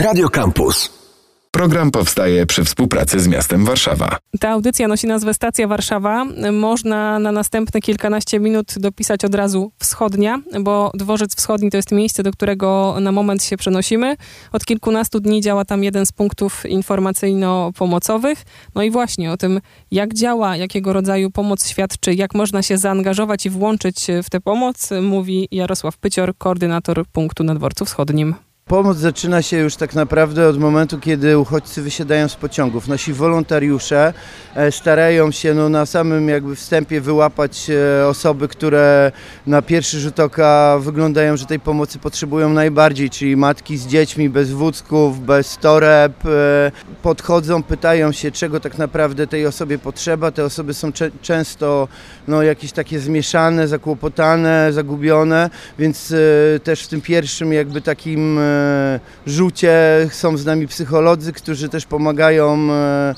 Radio Campus. Program powstaje przy współpracy z miastem Warszawa. Ta audycja nosi nazwę Stacja Warszawa. Można na następne kilkanaście minut dopisać od razu wschodnia, bo Dworzec Wschodni to jest miejsce, do którego na moment się przenosimy. Od kilkunastu dni działa tam jeden z punktów informacyjno-pomocowych. No i właśnie o tym, jak działa, jakiego rodzaju pomoc świadczy, jak można się zaangażować i włączyć w tę pomoc, mówi Jarosław Pycior, koordynator punktu na Dworcu Wschodnim. Pomoc zaczyna się już tak naprawdę od momentu, kiedy uchodźcy wysiadają z pociągów. Nasi wolontariusze starają się na samym jakby wstępie wyłapać osoby, które na pierwszy rzut oka wyglądają, że tej pomocy potrzebują najbardziej, czyli matki z dziećmi, bez wózków, bez toreb. Podchodzą, pytają się, czego tak naprawdę tej osobie potrzeba. Te osoby są często jakieś takie zmieszane, zakłopotane, zagubione, więc też w tym pierwszym jakby takim rzucie są z nami psycholodzy, którzy też pomagają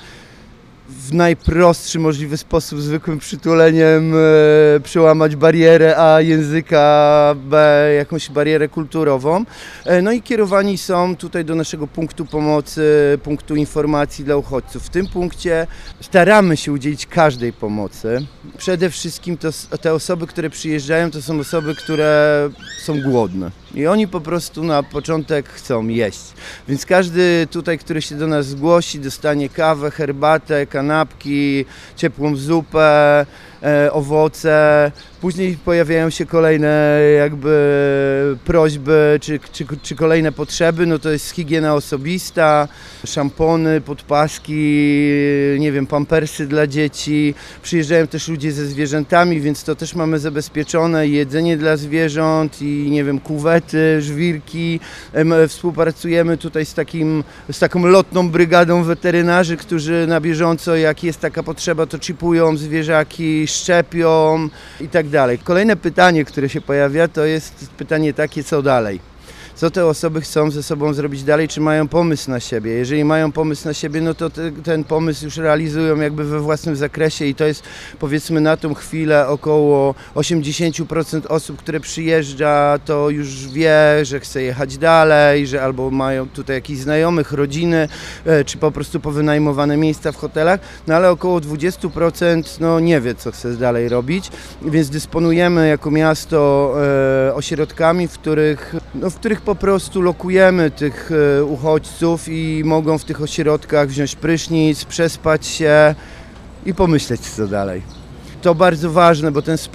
w najprostszy możliwy sposób, zwykłym przytuleniem przełamać barierę A języka, B jakąś barierę kulturową. No i kierowani są tutaj do naszego punktu pomocy, punktu informacji dla uchodźców. W tym punkcie staramy się udzielić każdej pomocy. Przede wszystkim te osoby, które przyjeżdżają, to są osoby, które są głodne. I oni po prostu na początek chcą jeść. Więc każdy tutaj, który się do nas zgłosi, dostanie kawę, herbatę, kanapki, ciepłą zupę, owoce. Później pojawiają się kolejne jakby prośby czy kolejne potrzeby. To jest higiena osobista, szampony, podpaski, pampersy dla dzieci. Przyjeżdżają też ludzie ze zwierzętami, więc to też mamy zabezpieczone. Jedzenie dla zwierząt i kuwety, żwirki. Współpracujemy tutaj z taką lotną brygadą weterynarzy, którzy na bieżąco, jak jest taka potrzeba, to chipują zwierzaki, szczepią i tak dalej. Kolejne pytanie, które się pojawia, to jest pytanie takie, co dalej? Co te osoby chcą ze sobą zrobić dalej, czy mają pomysł na siebie? Jeżeli mają pomysł na siebie, to ten pomysł już realizują jakby we własnym zakresie i to jest, powiedzmy, na tą chwilę około 80% osób, które przyjeżdża, to już wie, że chce jechać dalej, że albo mają tutaj jakichś znajomych, rodziny, czy po prostu powynajmowane miejsca w hotelach, ale około 20% nie wie, co chce dalej robić, więc dysponujemy jako miasto ośrodkami, w których po prostu lokujemy tych uchodźców i mogą w tych ośrodkach wziąć prysznic, przespać się i pomyśleć, co dalej. To bardzo ważne, bo ten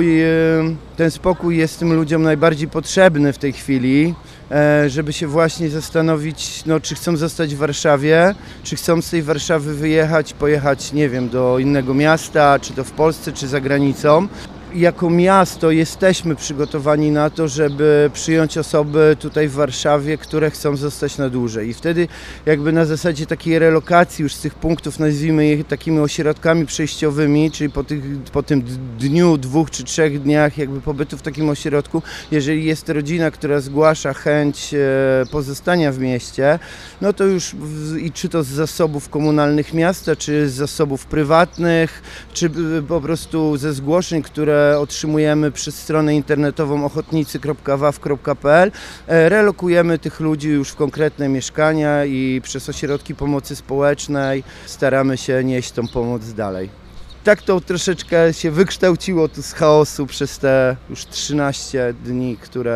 spokój jest tym ludziom najbardziej potrzebny w tej chwili, żeby się właśnie zastanowić, czy chcą zostać w Warszawie, czy chcą z tej Warszawy wyjechać, pojechać, do innego miasta, czy to w Polsce, czy za granicą. Jako miasto jesteśmy przygotowani na to, żeby przyjąć osoby tutaj w Warszawie, które chcą zostać na dłużej. I wtedy jakby na zasadzie takiej relokacji już z tych punktów, nazwijmy je takimi ośrodkami przejściowymi, czyli po tym dniu, 2 czy 3 dniach jakby pobytu w takim ośrodku, jeżeli jest rodzina, która zgłasza chęć pozostania w mieście, to już czy to z zasobów komunalnych miasta, czy z zasobów prywatnych, czy po prostu ze zgłoszeń, które otrzymujemy przez stronę internetową ochotnicy.waw.pl. Relokujemy tych ludzi już w konkretne mieszkania i przez ośrodki pomocy społecznej staramy się nieść tą pomoc dalej. Tak to troszeczkę się wykształciło tu z chaosu przez te już 13 dni,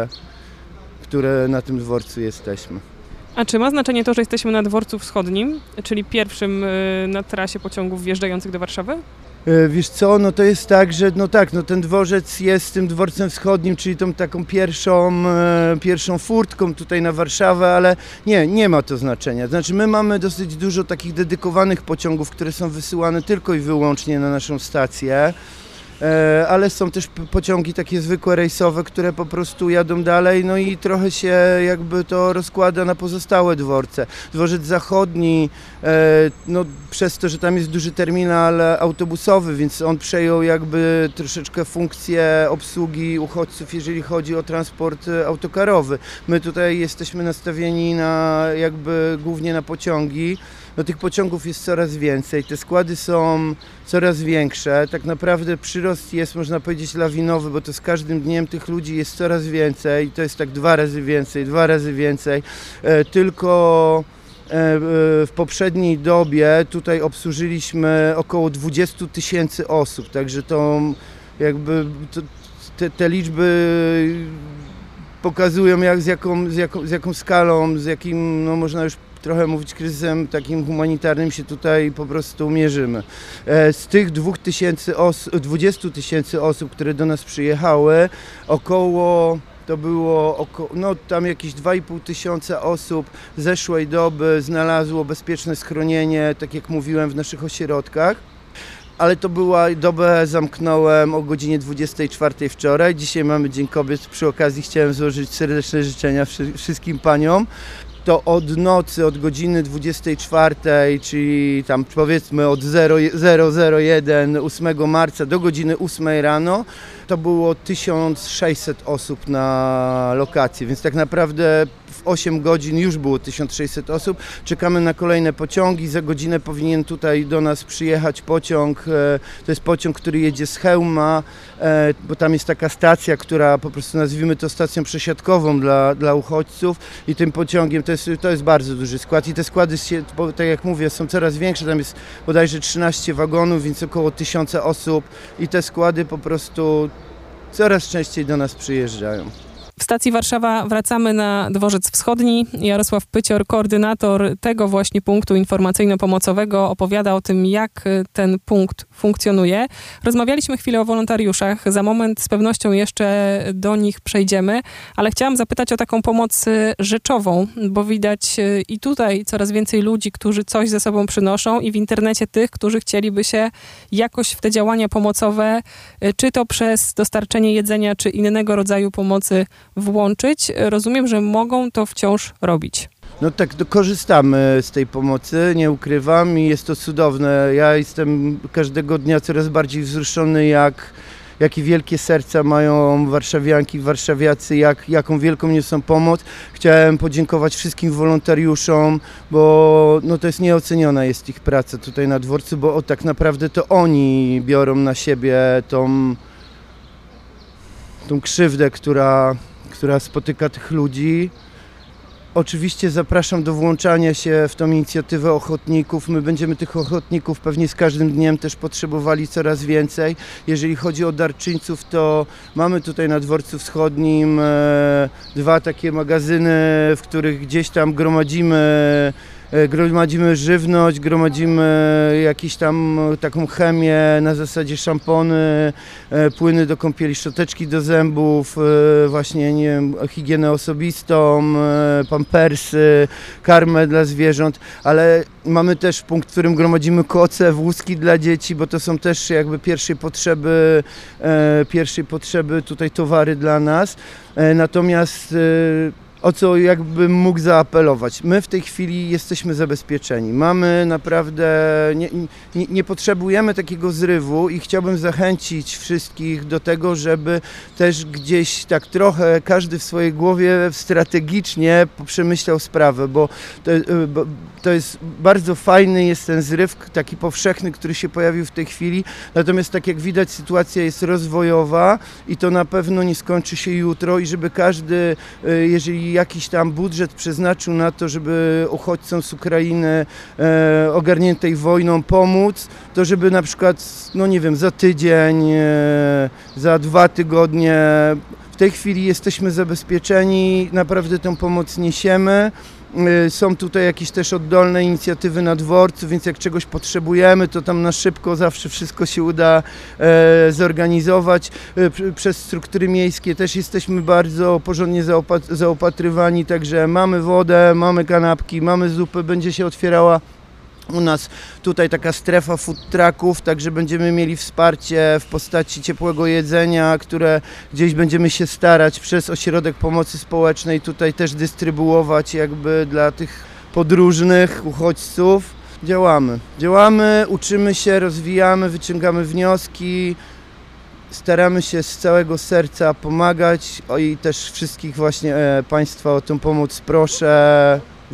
które na tym dworcu jesteśmy. A czy ma znaczenie to, że jesteśmy na Dworcu Wschodnim, czyli pierwszym na trasie pociągów wjeżdżających do Warszawy? Wiesz co, to jest tak, że ten dworzec jest tym dworcem wschodnim, czyli tą taką pierwszą furtką tutaj na Warszawę, ale nie ma to znaczenia. Znaczy my mamy dosyć dużo takich dedykowanych pociągów, które są wysyłane tylko i wyłącznie na naszą stację. Ale są też pociągi takie zwykłe rejsowe, które po prostu jadą dalej, i trochę się jakby to rozkłada na pozostałe dworce. Dworzec Zachodni, przez to, że tam jest duży terminal autobusowy, więc on przejął jakby troszeczkę funkcję obsługi uchodźców, jeżeli chodzi o transport autokarowy. My tutaj jesteśmy nastawieni głównie na pociągi, no tych pociągów jest coraz więcej, te składy są coraz większe, tak naprawdę przyrost jest, można powiedzieć, lawinowy, bo to z każdym dniem tych ludzi jest coraz więcej, to jest tak 2 razy więcej, tylko w poprzedniej dobie tutaj obsłużyliśmy około 20 000 osób, także to jakby te liczby pokazują z jaką skalą, z jakim, no można już trochę mówić, kryzysem takim humanitarnym się tutaj po prostu mierzymy. Z tych 20 000 osób, które do nas przyjechały, to było no tam jakieś 2500 osób zeszłej doby znalazło bezpieczne schronienie, tak jak mówiłem, w naszych ośrodkach. Ale to była dobę zamknąłem o godzinie 24 wczoraj. Dzisiaj mamy Dzień Kobiet. Przy okazji chciałem złożyć serdeczne życzenia wszystkim paniom. To od nocy, od godziny 24, czyli tam powiedzmy od 001 8 marca do godziny 8 rano, to było 1600 osób na lokacji, więc tak naprawdę w 8 godzin już było 1600 osób. Czekamy na kolejne pociągi, za godzinę powinien tutaj do nas przyjechać pociąg, to jest pociąg, który jedzie z Chełma, bo tam jest taka stacja, która po prostu nazwijmy to stacją przesiadkową dla uchodźców i tym pociągiem to jest bardzo duży skład i te składy się, tak jak mówię, są coraz większe, tam jest bodajże 13 wagonów, więc około 1000 osób i te składy po prostu coraz częściej do nas przyjeżdżają. W stacji Warszawa wracamy na Dworzec Wschodni. Jarosław Pycior, koordynator tego właśnie punktu informacyjno-pomocowego, opowiada o tym, jak ten punkt funkcjonuje. Rozmawialiśmy chwilę o wolontariuszach. Za moment z pewnością jeszcze do nich przejdziemy, ale chciałam zapytać o taką pomoc rzeczową, bo widać i tutaj coraz więcej ludzi, którzy coś ze sobą przynoszą i w internecie tych, którzy chcieliby się jakoś w te działania pomocowe, czy to przez dostarczenie jedzenia, czy innego rodzaju pomocy włączyć. Rozumiem, że mogą to wciąż robić. No tak, korzystamy z tej pomocy, nie ukrywam i jest to cudowne. Ja jestem każdego dnia coraz bardziej wzruszony, jakie wielkie serca mają warszawianki, warszawiacy, jaką wielką niosą pomoc. Chciałem podziękować wszystkim wolontariuszom, bo no to jest nieoceniona jest ich praca tutaj na dworcu, bo tak naprawdę to oni biorą na siebie tą krzywdę, która spotyka tych ludzi. Oczywiście zapraszam do włączania się w tą inicjatywę ochotników. My będziemy tych ochotników pewnie z każdym dniem też potrzebowali coraz więcej. Jeżeli chodzi o darczyńców, to mamy tutaj na Dworcu Wschodnim 2 takie magazyny, w których gdzieś tam gromadzimy żywność, gromadzimy jakąś tam taką chemię na zasadzie szampony, płyny do kąpieli, szczoteczki do zębów, właśnie nie wiem, higienę osobistą, pampersy, karmę dla zwierząt, ale mamy też punkt, w którym gromadzimy koce, wózki dla dzieci, bo to są też jakby pierwszej potrzeby tutaj towary dla nas. Natomiast o co jakbym mógł zaapelować? My w tej chwili jesteśmy zabezpieczeni. Mamy naprawdę, nie potrzebujemy takiego zrywu i chciałbym zachęcić wszystkich do tego, żeby też gdzieś tak trochę każdy w swojej głowie strategicznie przemyślał sprawę, bo to jest bardzo fajny jest ten zryw, taki powszechny, który się pojawił w tej chwili. Natomiast tak jak widać, sytuacja jest rozwojowa i to na pewno nie skończy się jutro i żeby każdy, jeżeli jakiś tam budżet przeznaczył na to, żeby uchodźcom z Ukrainy ogarniętej wojną pomóc, to żeby na przykład, no nie wiem, za tydzień, za 2 tygodnie, w tej chwili jesteśmy zabezpieczeni, naprawdę tę pomoc niesiemy. Są tutaj jakieś też oddolne inicjatywy na dworcu, więc jak czegoś potrzebujemy, to tam na szybko zawsze wszystko się uda zorganizować. Przez struktury miejskie też jesteśmy bardzo porządnie zaopatrywani, także mamy wodę, mamy kanapki, mamy zupę, będzie się otwierała u nas tutaj taka strefa food trucków, także będziemy mieli wsparcie w postaci ciepłego jedzenia, które gdzieś będziemy się starać przez Ośrodek Pomocy Społecznej tutaj też dystrybuować jakby dla tych podróżnych uchodźców. Działamy, uczymy się, rozwijamy, wyciągamy wnioski, staramy się z całego serca pomagać i też wszystkich właśnie Państwa o tę pomoc proszę.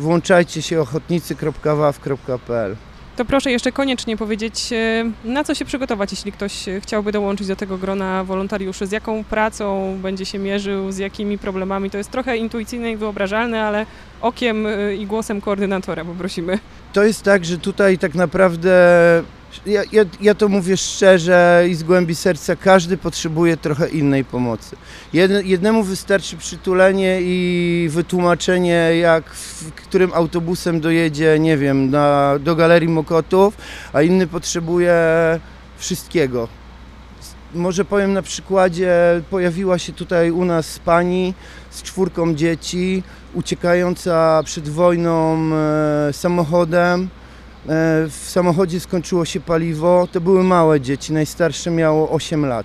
włączajcie się ochotnicy.waw.pl. To proszę jeszcze koniecznie powiedzieć, na co się przygotować, jeśli ktoś chciałby dołączyć do tego grona wolontariuszy, z jaką pracą będzie się mierzył, z jakimi problemami. To jest trochę intuicyjne i wyobrażalne, ale okiem i głosem koordynatora poprosimy. To jest tak, że tutaj tak naprawdę, ja to mówię szczerze i z głębi serca, każdy potrzebuje trochę innej pomocy. Jednemu wystarczy przytulenie i wytłumaczenie, którym autobusem dojedzie, nie wiem, do Galerii Mokotów, a inny potrzebuje wszystkiego. Może powiem na przykładzie, pojawiła się tutaj u nas pani z 4 dzieci, uciekająca przed wojną samochodem. W samochodzie skończyło się paliwo, to były małe dzieci, najstarsze miało 8 lat.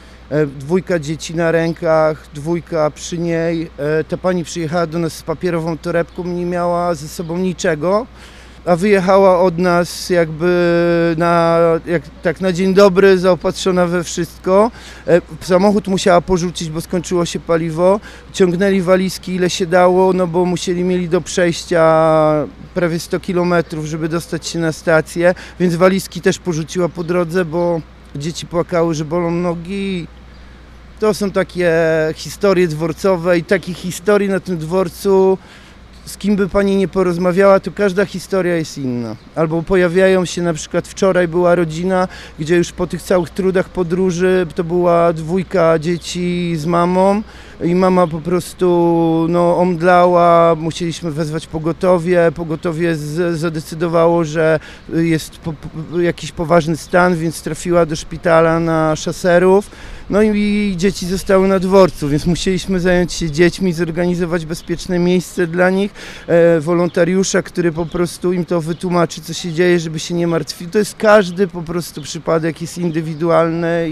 2 dzieci na rękach, 2 przy niej. Ta pani przyjechała do nas z papierową torebką, nie miała ze sobą niczego, a wyjechała od nas jakby na dzień dobry, zaopatrzona we wszystko. Samochód musiała porzucić, bo skończyło się paliwo. Ciągnęli walizki ile się dało, no bo mieli do przejścia prawie 100 km, żeby dostać się na stację, więc walizki też porzuciła po drodze, bo dzieci płakały, że bolą nogi. To są takie historie dworcowe i takich historii na tym dworcu, z kim by pani nie porozmawiała, to każda historia jest inna. Albo pojawiają się, na przykład wczoraj była rodzina, gdzie już po tych całych trudach podróży, to była 2 dzieci z mamą i mama po prostu omdlała, musieliśmy wezwać pogotowie. Pogotowie zadecydowało, że jest jakiś poważny stan, więc trafiła do szpitala na szaserów. No i dzieci zostały na dworcu, więc musieliśmy zająć się dziećmi, zorganizować bezpieczne miejsce dla nich, wolontariusza, który po prostu im to wytłumaczy, co się dzieje, żeby się nie martwili. To jest każdy po prostu przypadek, jest indywidualny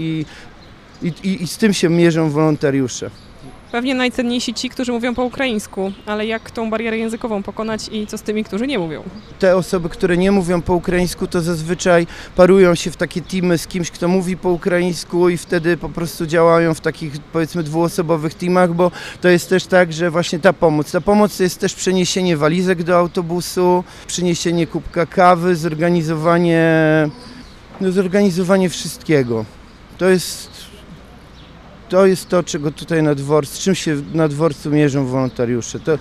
i z tym się mierzą wolontariusze. Pewnie najcenniejsi ci, którzy mówią po ukraińsku, ale jak tą barierę językową pokonać i co z tymi, którzy nie mówią? Te osoby, które nie mówią po ukraińsku, to zazwyczaj parują się w takie teamy z kimś, kto mówi po ukraińsku i wtedy po prostu działają w takich, powiedzmy, 2-osobowych teamach, bo to jest też tak, że właśnie ta pomoc to jest też przeniesienie walizek do autobusu, przyniesienie kubka kawy, zorganizowanie wszystkiego. To jest to, czego tutaj z czym się na dworcu mierzą wolontariusze. To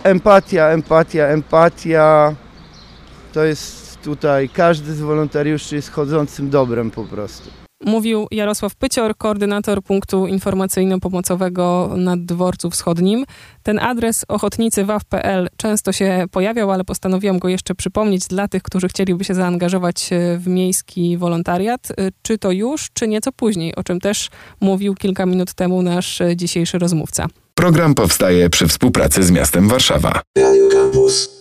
empatia. To jest tutaj, każdy z wolontariuszy jest chodzącym dobrem po prostu. Mówił Jarosław Pycior, koordynator punktu informacyjno-pomocowego na Dworcu Wschodnim. Ten adres ochotnicy.waw.pl często się pojawiał, ale postanowiłam go jeszcze przypomnieć dla tych, którzy chcieliby się zaangażować w miejski wolontariat. Czy to już, czy nieco później, o czym też mówił kilka minut temu nasz dzisiejszy rozmówca. Program powstaje przy współpracy z miastem Warszawa. Radio Campus.